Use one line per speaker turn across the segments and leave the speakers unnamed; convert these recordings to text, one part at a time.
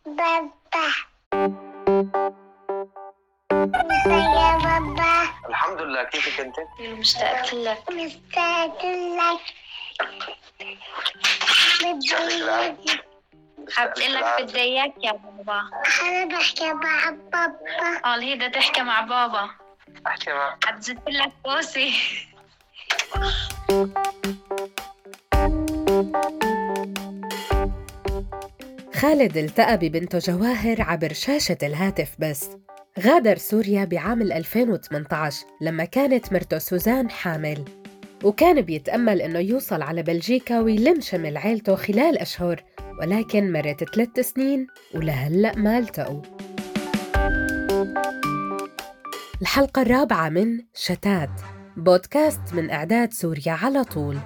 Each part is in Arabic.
بابا. يا بابا.
الحمد لله، كيفك انت؟
مشتاقة لك.
حابة لك بدي اياك يا بابا.
أنا بحكي مع بابا.
هي بدها تحكي مع بابا.
احكي معك.
حتزت لك بوسي.
خالد التقى ببنته جواهر عبر شاشة الهاتف بس. غادر سوريا بعام 2018 لما كانت مرته سوزان حامل، وكان بيتأمل إنه يوصل على بلجيكا ويلم شمل عيلته خلال أشهر، ولكن مرت 3 سنين ولهلأ ما التقوا. الحلقة الرابعة من شتات، بودكاست من إعداد سوريا على طول.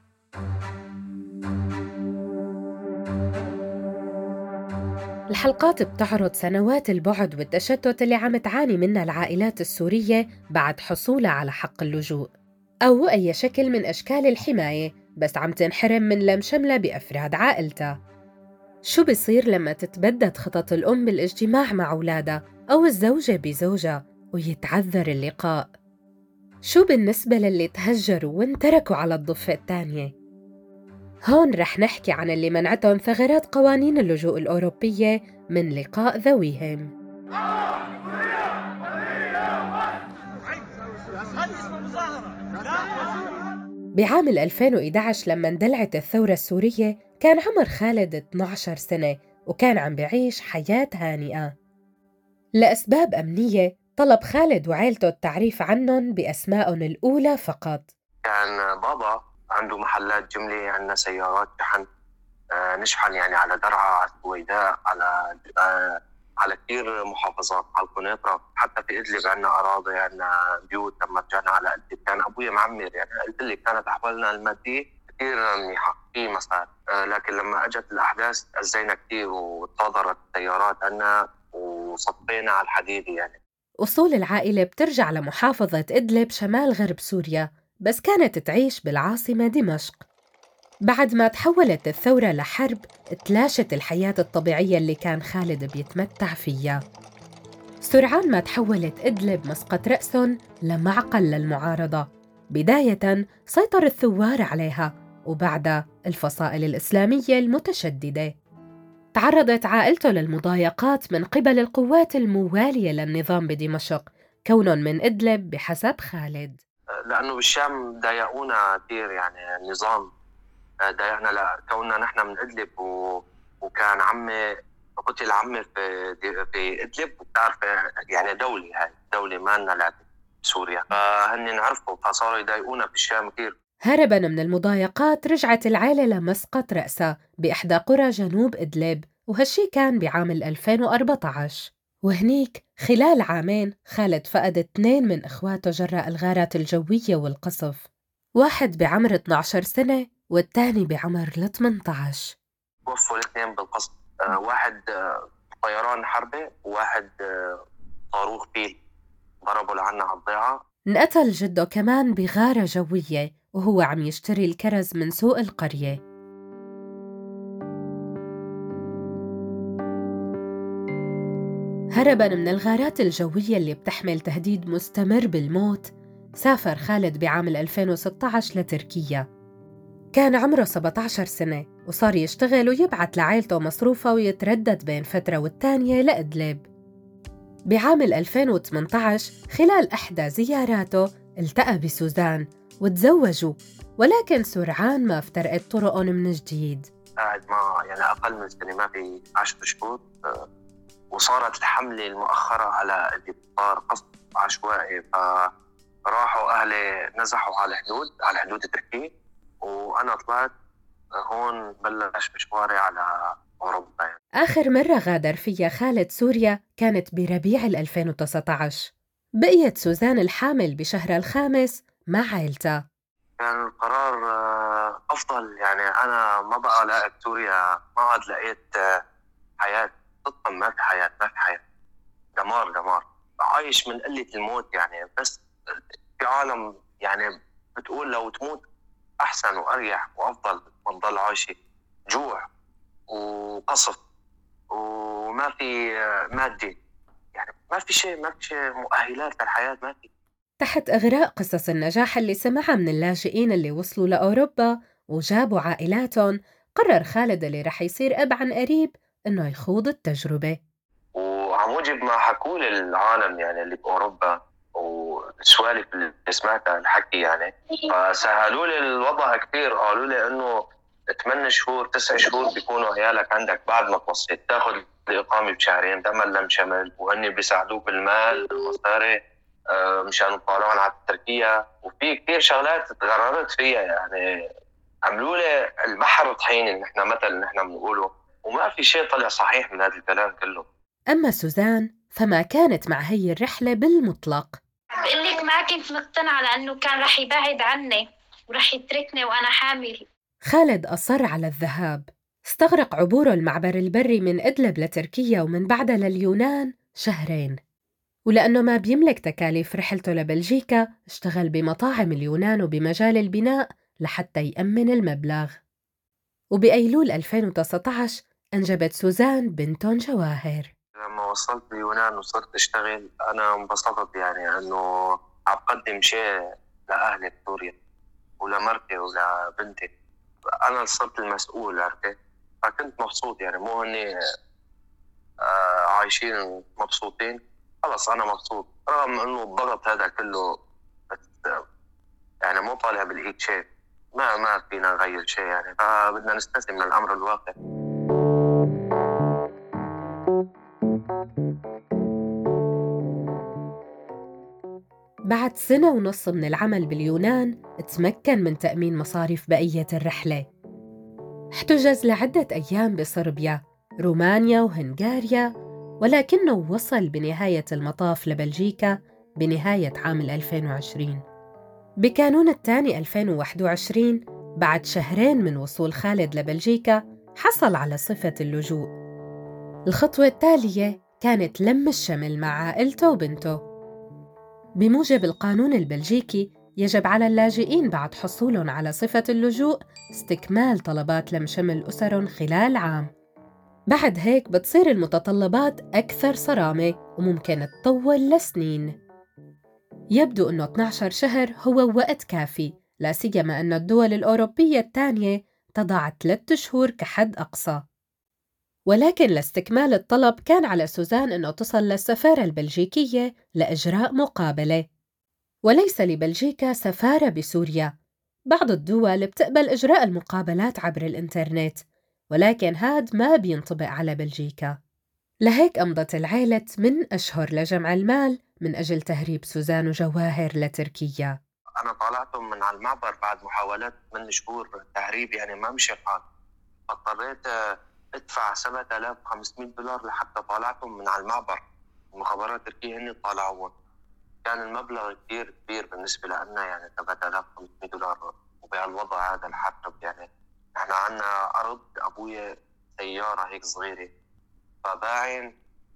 الحلقات بتعرض سنوات البعد والتشتت اللي عم تعاني منها العائلات السورية بعد حصولها على حق اللجوء، أو أي شكل من أشكال الحماية، بس عم تنحرم من لم شملة بأفراد عائلتها. شو بيصير لما تتبدد خطط الأم بالاجتماع مع أولادها أو الزوجة بزوجها ويتعذر اللقاء؟ شو بالنسبة للي تهجروا وانتركوا على الضفة الثانية؟ هون رح نحكي عن اللي منعتهم ثغرات قوانين اللجوء الأوروبية من لقاء ذويهم. بعام 2011 لما اندلعت الثورة السورية كان عمر خالد 12 سنة وكان عم بعيش حياة هانئة. لأسباب أمنية طلب خالد وعائلته التعريف عنهم بأسمائهم الأولى فقط.
كان بابا عنده محلات جملة، عندنا سيارات شحن، نشحن يعني على درعا، على السويداء، على كثير محافظات، على القنيطرة، حتى في إدلب عندنا أراضي، عندنا بيوت. لما رجعنا على إدلب كان أبويا معمر، يعني قلت لك كانت أحوالنا المادية كثير منيحة في مسار. لكن لما أجت الأحداث أزينا كثير وتصادرت التيارات عنا وصطينا على الحديدة. يعني
أصول العائلة بترجع لمحافظة إدلب شمال غرب سوريا، بس كانت تعيش بالعاصمة دمشق. بعد ما تحولت الثورة لحرب تلاشت الحياة الطبيعية اللي كان خالد بيتمتع فيها. سرعان ما تحولت إدلب مسقط رأسهم لمعقل للمعارضة. بداية سيطر الثوار عليها، وبعدها الفصائل الإسلامية المتشددة. تعرضت عائلته للمضايقات من قبل القوات الموالية للنظام بدمشق كونهم من إدلب بحسب خالد.
لأنه بالشام ضايقونا كثير، يعني النظام ضايقنا كوننا نحن من إدلب وكان عمي قتل عمي في إدلب، وبتعرف يعني دولة ما لنا لعبة سوريا، فهن نعرفوا، فصاروا يضايقونا بالشام كثير.
هرباً من المضايقات رجعت العائلة لمسقط رأسها بإحدى قرى جنوب إدلب، وهالشي كان بعام 2014. وهنيك خلال عامين خالد فقد 2 من إخواته جراء الغارات الجوية والقصف، واحد بعمر 12 سنة والتاني بعمر 18.
توفوا الاثنين بالقصف، واحد طيران حربي وواحد صاروخ فيل ضربوا لعنا على الضيعة.
انقتل جده كمان بغارة جوية وهو عم يشتري الكرز من سوق القرية. هرباً من الغارات الجوية اللي بتحمل تهديد مستمر بالموت، سافر خالد بعام 2016 لتركيا. كان عمره 17 سنة وصار يشتغل ويبعت لعائلته مصروفه ويتردد بين فترة والتانية لإدلب. بعام 2018 خلال إحدى زياراته التقى بسوزان وتزوجوا، ولكن سرعان ما افترقت طرقهم من جديد.
قاعد مع يعني أقل من سنة، ما في 10 شهور، وصارت الحملة المؤخرة على اللي صار قصف عشوائي، فراحوا أهلي نزحوا على الحدود التركية، وأنا طلعت هون بلش مشواري على أوروبا. يعني
آخر مرة غادر فيها خالد سوريا كانت بربيع 2019. بقيت سوزان الحامل بشهر الخامس مع عائلتها.
كان القرار أفضل، يعني أنا ما بقى لاقي بسوريا، ما عاد لقيت حياة، صدقا ما في حياة، دمار، عايش من قلة الموت. يعني بس في عالم يعني بتقول لو تموت أحسن وأريح وأفضل ما تضل عايشة. جوع وقصف ما في مادة، يعني ما في شيء مؤهلات للحياة ما في.
تحت إغراء قصص النجاح اللي سمعها من اللاجئين اللي وصلوا لأوروبا وجابوا عائلاتهم، قرر خالد اللي رح يصير أب عن قريب إنه يخوض التجربة.
وعم موجب ما حكوا للعالم يعني اللي بأوروبا والسوالف اللي سمعتها الحكي يعني، فسهلوا لي الوضع كثير. قالوا لي إنه 8 شهور 9 شهور بيكونوا عيالك عندك بعد ما توصيت، تاخذ الإقامة بشهرين تملم شمل، وهن بيساعدوك بالمال بالمصاري مشان يطلعون على تركيا. وفي كثير شغلات تغررت فيها يعني، عملوا لي البحر طحيني نحن مثل نحن بنقوله، وما في شيء طلع صحيح من هذا الكلام كله.
أما سوزان فما كانت مع هي الرحلة بالمطلق.
بقول لك ما كنت مقتنعة لأنه كان رح يبعد عني ورح يتركني وأنا حامل.
خالد أصر على الذهاب. استغرق عبوره المعبر البري من إدلب لتركيا ومن بعدها لليونان 2 شهر، ولأنه ما بيملك تكاليف رحلته لبلجيكا اشتغل بمطاعم اليونان وبمجال البناء لحتى يأمن المبلغ. وبأيلول 2019 أنجبت سوزان بنتهم جواهر.
لما وصلت اليونان وصرت اشتغل انا انبسطت يعني انه عم بقدم شيء لاهلي بسوريا ولمرتي ولبنتي. انا صرت المسؤول عرفتي، فكنت مبسوط يعني، مو هني عايشين مبسوطين، خلص انا مبسوط رغم انه الضغط هذا كله، يعني مو طالع بالايد شيء، ما فينا نغير شيء يعني، فبدنا نستسلم للامر الواقع.
بعد 1.5 سنة من العمل باليونان تمكن من تأمين مصاريف بقية الرحلة. احتجز لعدة أيام بصربيا، رومانيا وهنغاريا، ولكنه وصل بنهاية المطاف لبلجيكا بنهاية عام 2020. بكانون الثاني 2021 بعد 2 شهر من وصول خالد لبلجيكا حصل على صفة اللجوء. الخطوة التالية كانت لم الشمل مع عائلته وبنته. بموجب القانون البلجيكي يجب على اللاجئين بعد حصولهم على صفة اللجوء استكمال طلبات لم شمل أسرهم خلال عام. بعد هيك بتصير المتطلبات أكثر صرامة وممكن تطول لسنين. يبدو أنه 12 شهر هو وقت كافي، لا سيما أن الدول الأوروبية الثانية تضع 3 شهور كحد أقصى. ولكن لاستكمال الطلب كان على سوزان أنه تصل للسفارة البلجيكية لإجراء مقابلة. وليس لبلجيكا سفارة بسوريا. بعض الدول بتقبل إجراء المقابلات عبر الإنترنت، ولكن هاد ما بينطبق على بلجيكا. لهيك أمضت العائلة 8 أشهر لجمع المال من أجل تهريب سوزان وجواهر لتركيا.
أنا طلعتهم من على المعبر بعد محاولات 8 شهور تهريب، يعني ما مشي الحال، فاضطريت ادفع $7,500 لحتى طلعتهم من على المعبر. المخابرات التركية هن طالعوهم، كان المبلغ كتير كبير بالنسبة لنا يعني $7,500. وبهالوضع هذا الحرب يعني احنا عنا أرض أبويا سيارة هيك صغيرة فباعين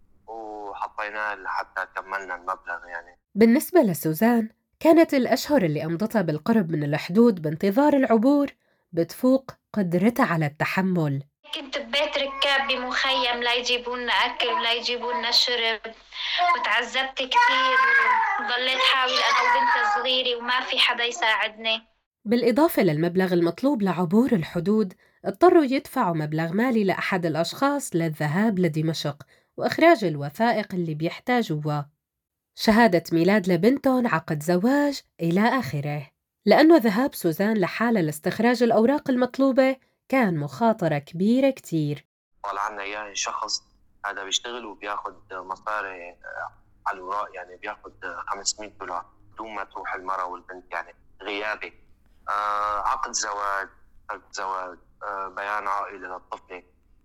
وحطيناه لحتى كملنا المبلغ يعني.
بالنسبة لسوزان كانت الأشهر اللي أمضتها بالقرب من الحدود بانتظار العبور بتفوق قدرتها على التحمل.
كنت ببيت ركاب بمخيم لا يجيبوا لنا أكل ولا يجيبوا لنا شرب، وتعذبت كثير وضليت حاول أنا وبنتي صغيرة وما في حدا يساعدني.
بالإضافة للمبلغ المطلوب لعبور الحدود، اضطروا يدفعوا مبلغ مالي لأحد الأشخاص للذهاب لدمشق وإخراج الوثائق اللي بيحتاجوها، شهادة ميلاد لبنتهم، عقد زواج إلى آخره. لأنه ذهاب سوزان لحالها لاستخراج الأوراق المطلوبة كان مخاطرة كبيرة كتير.
طلع عنا إياه شخص هذا بيشتغل وبياخد مصاري على الوراق، يعني بياخد $500 بدون ما تروح المرأة والبنت، يعني غيابي. عقد زواج بيان عائلة للطفل،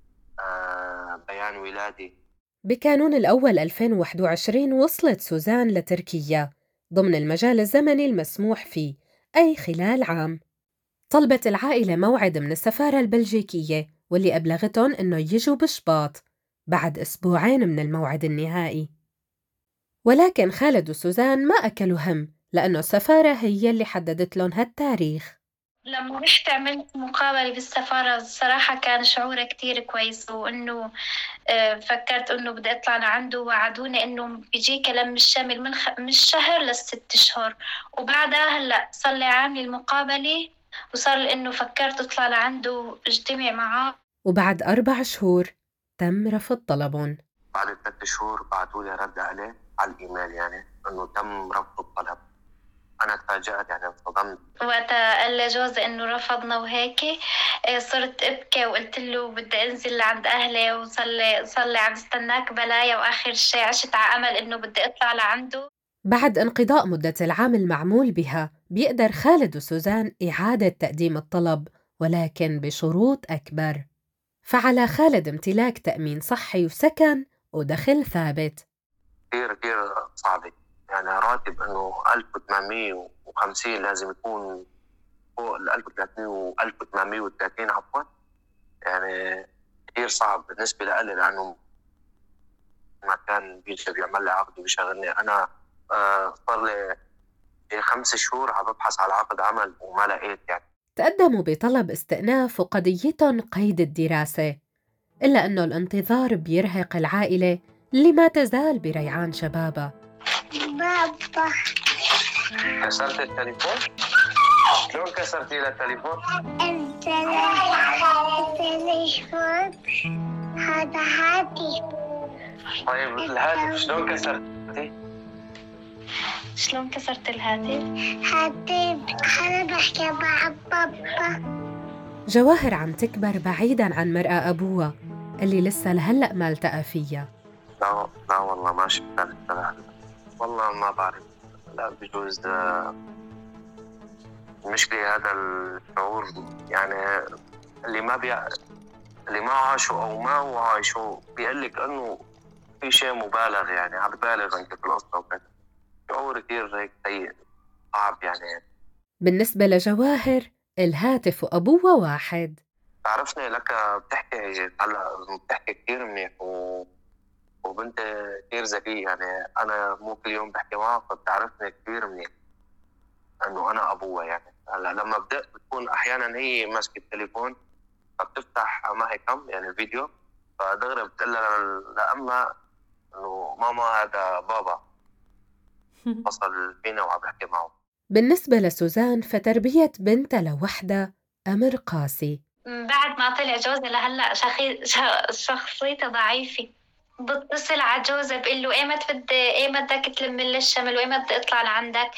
بيان ولادي.
بكانون الأول 2021 وصلت سوزان لتركيا ضمن المجال الزمني المسموح فيه، أي خلال عام. طلبت العائلة موعد من السفارة البلجيكية واللي أبلغتهم إنه يجوا بشباط بعد 2 أسبوع من الموعد النهائي. ولكن خالد وسوزان ما أكلوا هم، لأنه السفارة هي اللي حددت لهم هالتاريخ.
لما رحت عملت مقابلة بالسفارة الصراحة كان شعوري كتير كويس، وإنه فكرت إنه بدي أطلع لعنده، وعدوني إنه بيجيك لم الشامل من الشهر ل6 أشهر. وبعدها هلأ صار لي عامل المقابلة، وصار لي إنه فكرت أطلع لعنده اجتمع معاه.
وبعد 4 شهور تم رفض طلبهم.
بعد 3 شهور بعثوا لي رد عليه على الإيميل يعني إنه تم رفض الطلب. أنا تفاجأت يعني انصدمت.
وقتها قال لي جوزي إنه رفضنا وهيك، صرت أبكي وقلت له بدي أنزل لعند أهلي، وصار لي عم استناك بلايا، وآخر شيء عشت على أمل إنه بدي أطلع لعنده.
بعد انقضاء مدة العام المعمول بها بيقدر خالد وسوزان إعادة تقديم الطلب، ولكن بشروط أكبر. فعلى خالد امتلاك تأمين صحي وسكن ودخل ثابت.
كتير صعبة يعني. راتب إنه 1850 لازم يكون فوق 1300 و 1830 عفوا. يعني كتير صعب بالنسبة لي، لأنه ما كان بيجي بيعمل لي عقد وبيشغلني. أنا صار لي 5 شهور عم ببحث على عقد عمل وما لقيت يعني.
تقدموا بطلب استئناف وقضيتهم قيد الدراسة، إلا أنه الانتظار بيرهق العائلة اللي ما تزال بريعان شبابها.
بابا
كسرت التليفون؟ شلون كسرتي له التليفون؟
التليفون هذا هاتي.
طيب الهاتف شلون كسرتي؟
شلون كسرت الهاتف؟
هاتي أنا بحكي مع بابا.
جواهر عم تكبر بعيداً عن مرأة أبوها اللي لسه لهلأ ما التقى فيها.
لا والله ما شفتها لسه. والله ما بعرف. لا بجوز المشكلة هذا الشعور يعني اللي ما عاشوا أو ما هو عايشوا بيقلك إنه في شيء مبالغ يعني، عم ببالغ أنت في القصة وكذا. شعور كتير هيك سيء صعب يعني.
بالنسبة لجواهر الهاتف وأبوها واحد.
تعرفني لك بتحكي كتير منيح وبنت كتير ذكية يعني. أنا مو كل يوم بحكي معها فبتعرفني كتير منيح إنه أنا أبوها يعني. هلا لما بتكون أحيانا هي ماسكة التليفون فبتفتح معي كم يعني فيديو، فدغري بتقول لأمها إنه ماما هذا بابا اتصل فينا وعم بحكي معه.
بالنسبة لسوزان فتربية بنتها لوحدها أمر قاسي.
بعد ما طلع جوزي لهلا شخصيته ضعيفة. بتصل على جوزي بقول له ايه بدك تلم لي الشمل، وايه بدي اطلع لعندك.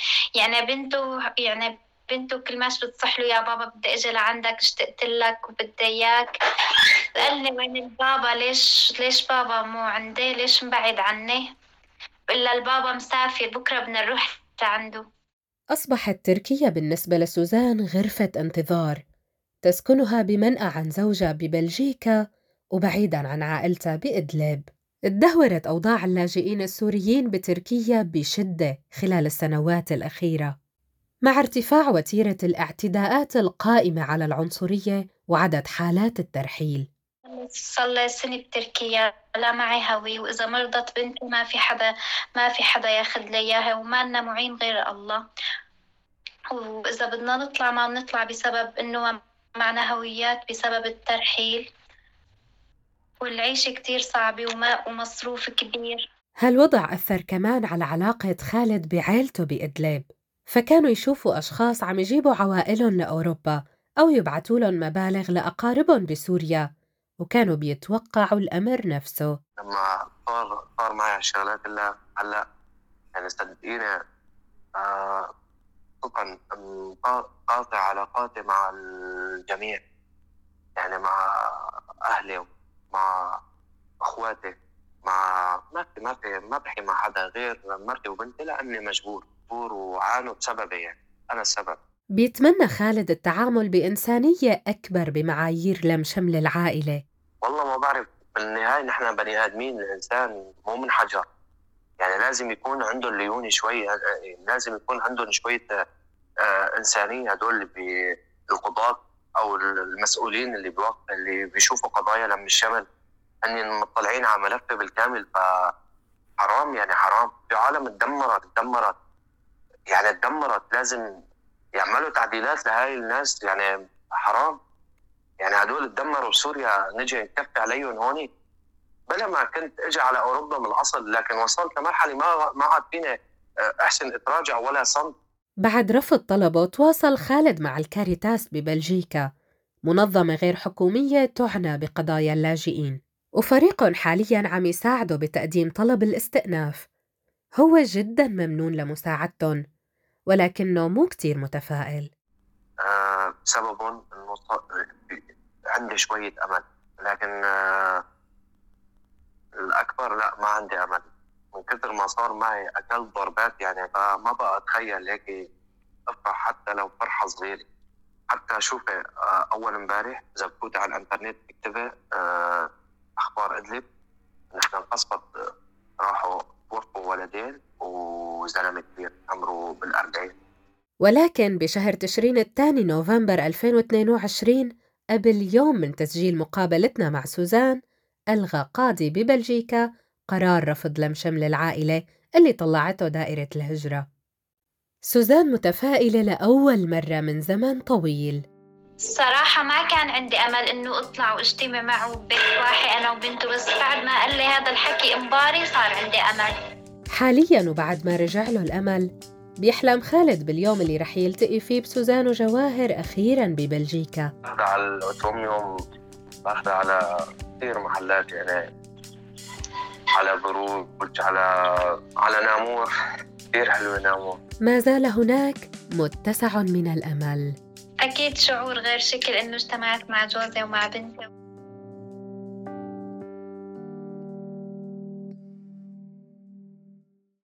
يعني بنته كل ما بتصح له يا بابا بدي اجي لعندك، اشتقت لك وبدي اياك. سألني وين البابا، ليش بابا مو عندي، ليش مبعد عني؟ إلا البابا مسافر بكرة بدنا نروح عنده.
أصبحت تركيا بالنسبة لسوزان غرفة انتظار تسكنها بمنأى عن زوجها ببلجيكا وبعيداً عن عائلتها بإدلب. اتدهورت أوضاع اللاجئين السوريين بتركيا بشدة خلال السنوات الأخيرة، مع ارتفاع وتيرة الاعتداءات القائمة على العنصرية وعدد حالات الترحيل.
صار لي سنة بتركيا، لا معي هوي، وإذا مرضت بنتي ما في حدا ياخد لي إياها، وما لنا معين غير الله. وإذا بدنا نطلع ما بنطلع بسبب إنه معنا هويات بسبب الترحيل، والعيشة كتير صعبة ومصروف كبير.
هالوضع أثر كمان على علاقة خالد بعائلته بإدلب، فكانوا يشوفوا أشخاص عم يجيبوا عوائلهم لأوروبا أو يبعتوا لهم مبالغ لأقاربهم بسوريا، وكانوا بيتوقعوا الأمر نفسه.
لما صار معي هالشغلات اللي هلا يعني صدقيني طبعا قاطع علاقاتي مع الجميع يعني، مع أهلي مع أخواتي ما بحكي مع حدا غير مرتي وبنتي، لأني مجبور وعانوا بسببي يعني. أنا السبب.
بيتمنى خالد التعامل بإنسانية أكبر بمعايير لم شمل العائلة.
والله ما بعرف، بالنهاية نحن بني آدمين، الإنسان مو من حجر يعني. لازم يكون عندهم ليونة شوي، لازم يكون عندهم شوية إنسانية. هدول القضاة أو المسؤولين اللي بيشوفوا قضايا لم الشمل أني مطلعين على ملف بالكامل. فحرام يعني، حرام. في عالم اتدمرت يعني، اتدمرت. لازم يعملوا تعديلات لهاي الناس، يعني حرام. يعني هدول تدمروا سوريا، نجي نكفي عليهم هون؟ بلا ما كنت اجي على اوروبا من الاصل، لكن وصلت لمرحله ما عاد فيني احسن اتراجع ولا صمت.
بعد رفض طلبه تواصل خالد مع الكاريتاس ببلجيكا، منظمة غير حكومية تعنى بقضايا اللاجئين، وفريق حالياً عم يساعده بتقديم طلب الاستئناف. هو جداً ممنون لمساعدتهم، ولكنه مو كتير متفائل.
سبب انه عندي شوية امل، لكن الاكبر لا، ما عندي امل من كثر ما صار معي. اكلت ضربات يعني، فما بقى اتخيل هيك افرح حتى لو فرحة صغيرة. حتى شوفي اول امبارح اذا بفوت على الانترنت بكتبي اخبار ادلب، نحن انقصفت، راحوا توفوا ولدين وزلمه كبير عمره بال40.
ولكن بشهر تشرين الثاني نوفمبر 2022، قبل يوم من تسجيل مقابلتنا مع سوزان، ألغى قاضي ببلجيكا قرار رفض لم شمل العائلة اللي طلعته دائرة الهجرة. سوزان متفائلة لأول مرة من زمن طويل.
الصراحة ما كان عندي أمل إنه أطلع وأجتمع معه ببيت واحد أنا وبنته، بس بعد ما قال لي هذا الحكي إمباري صار عندي أمل.
حالياً وبعد ما رجع له الأمل، بيحلم خالد باليوم اللي رح يلتقي فيه بسوزان وجواهر أخيراً ببلجيكا.
باخذها على الأوتوميوم، باخذها على كثير محلات، يعني على بروج، على نامور، كثير حلوة نامور.
ما زال هناك متسع من الأمل.
أكيد شعور غير شكل إنه اجتمعت مع جوزي ومع بنتي.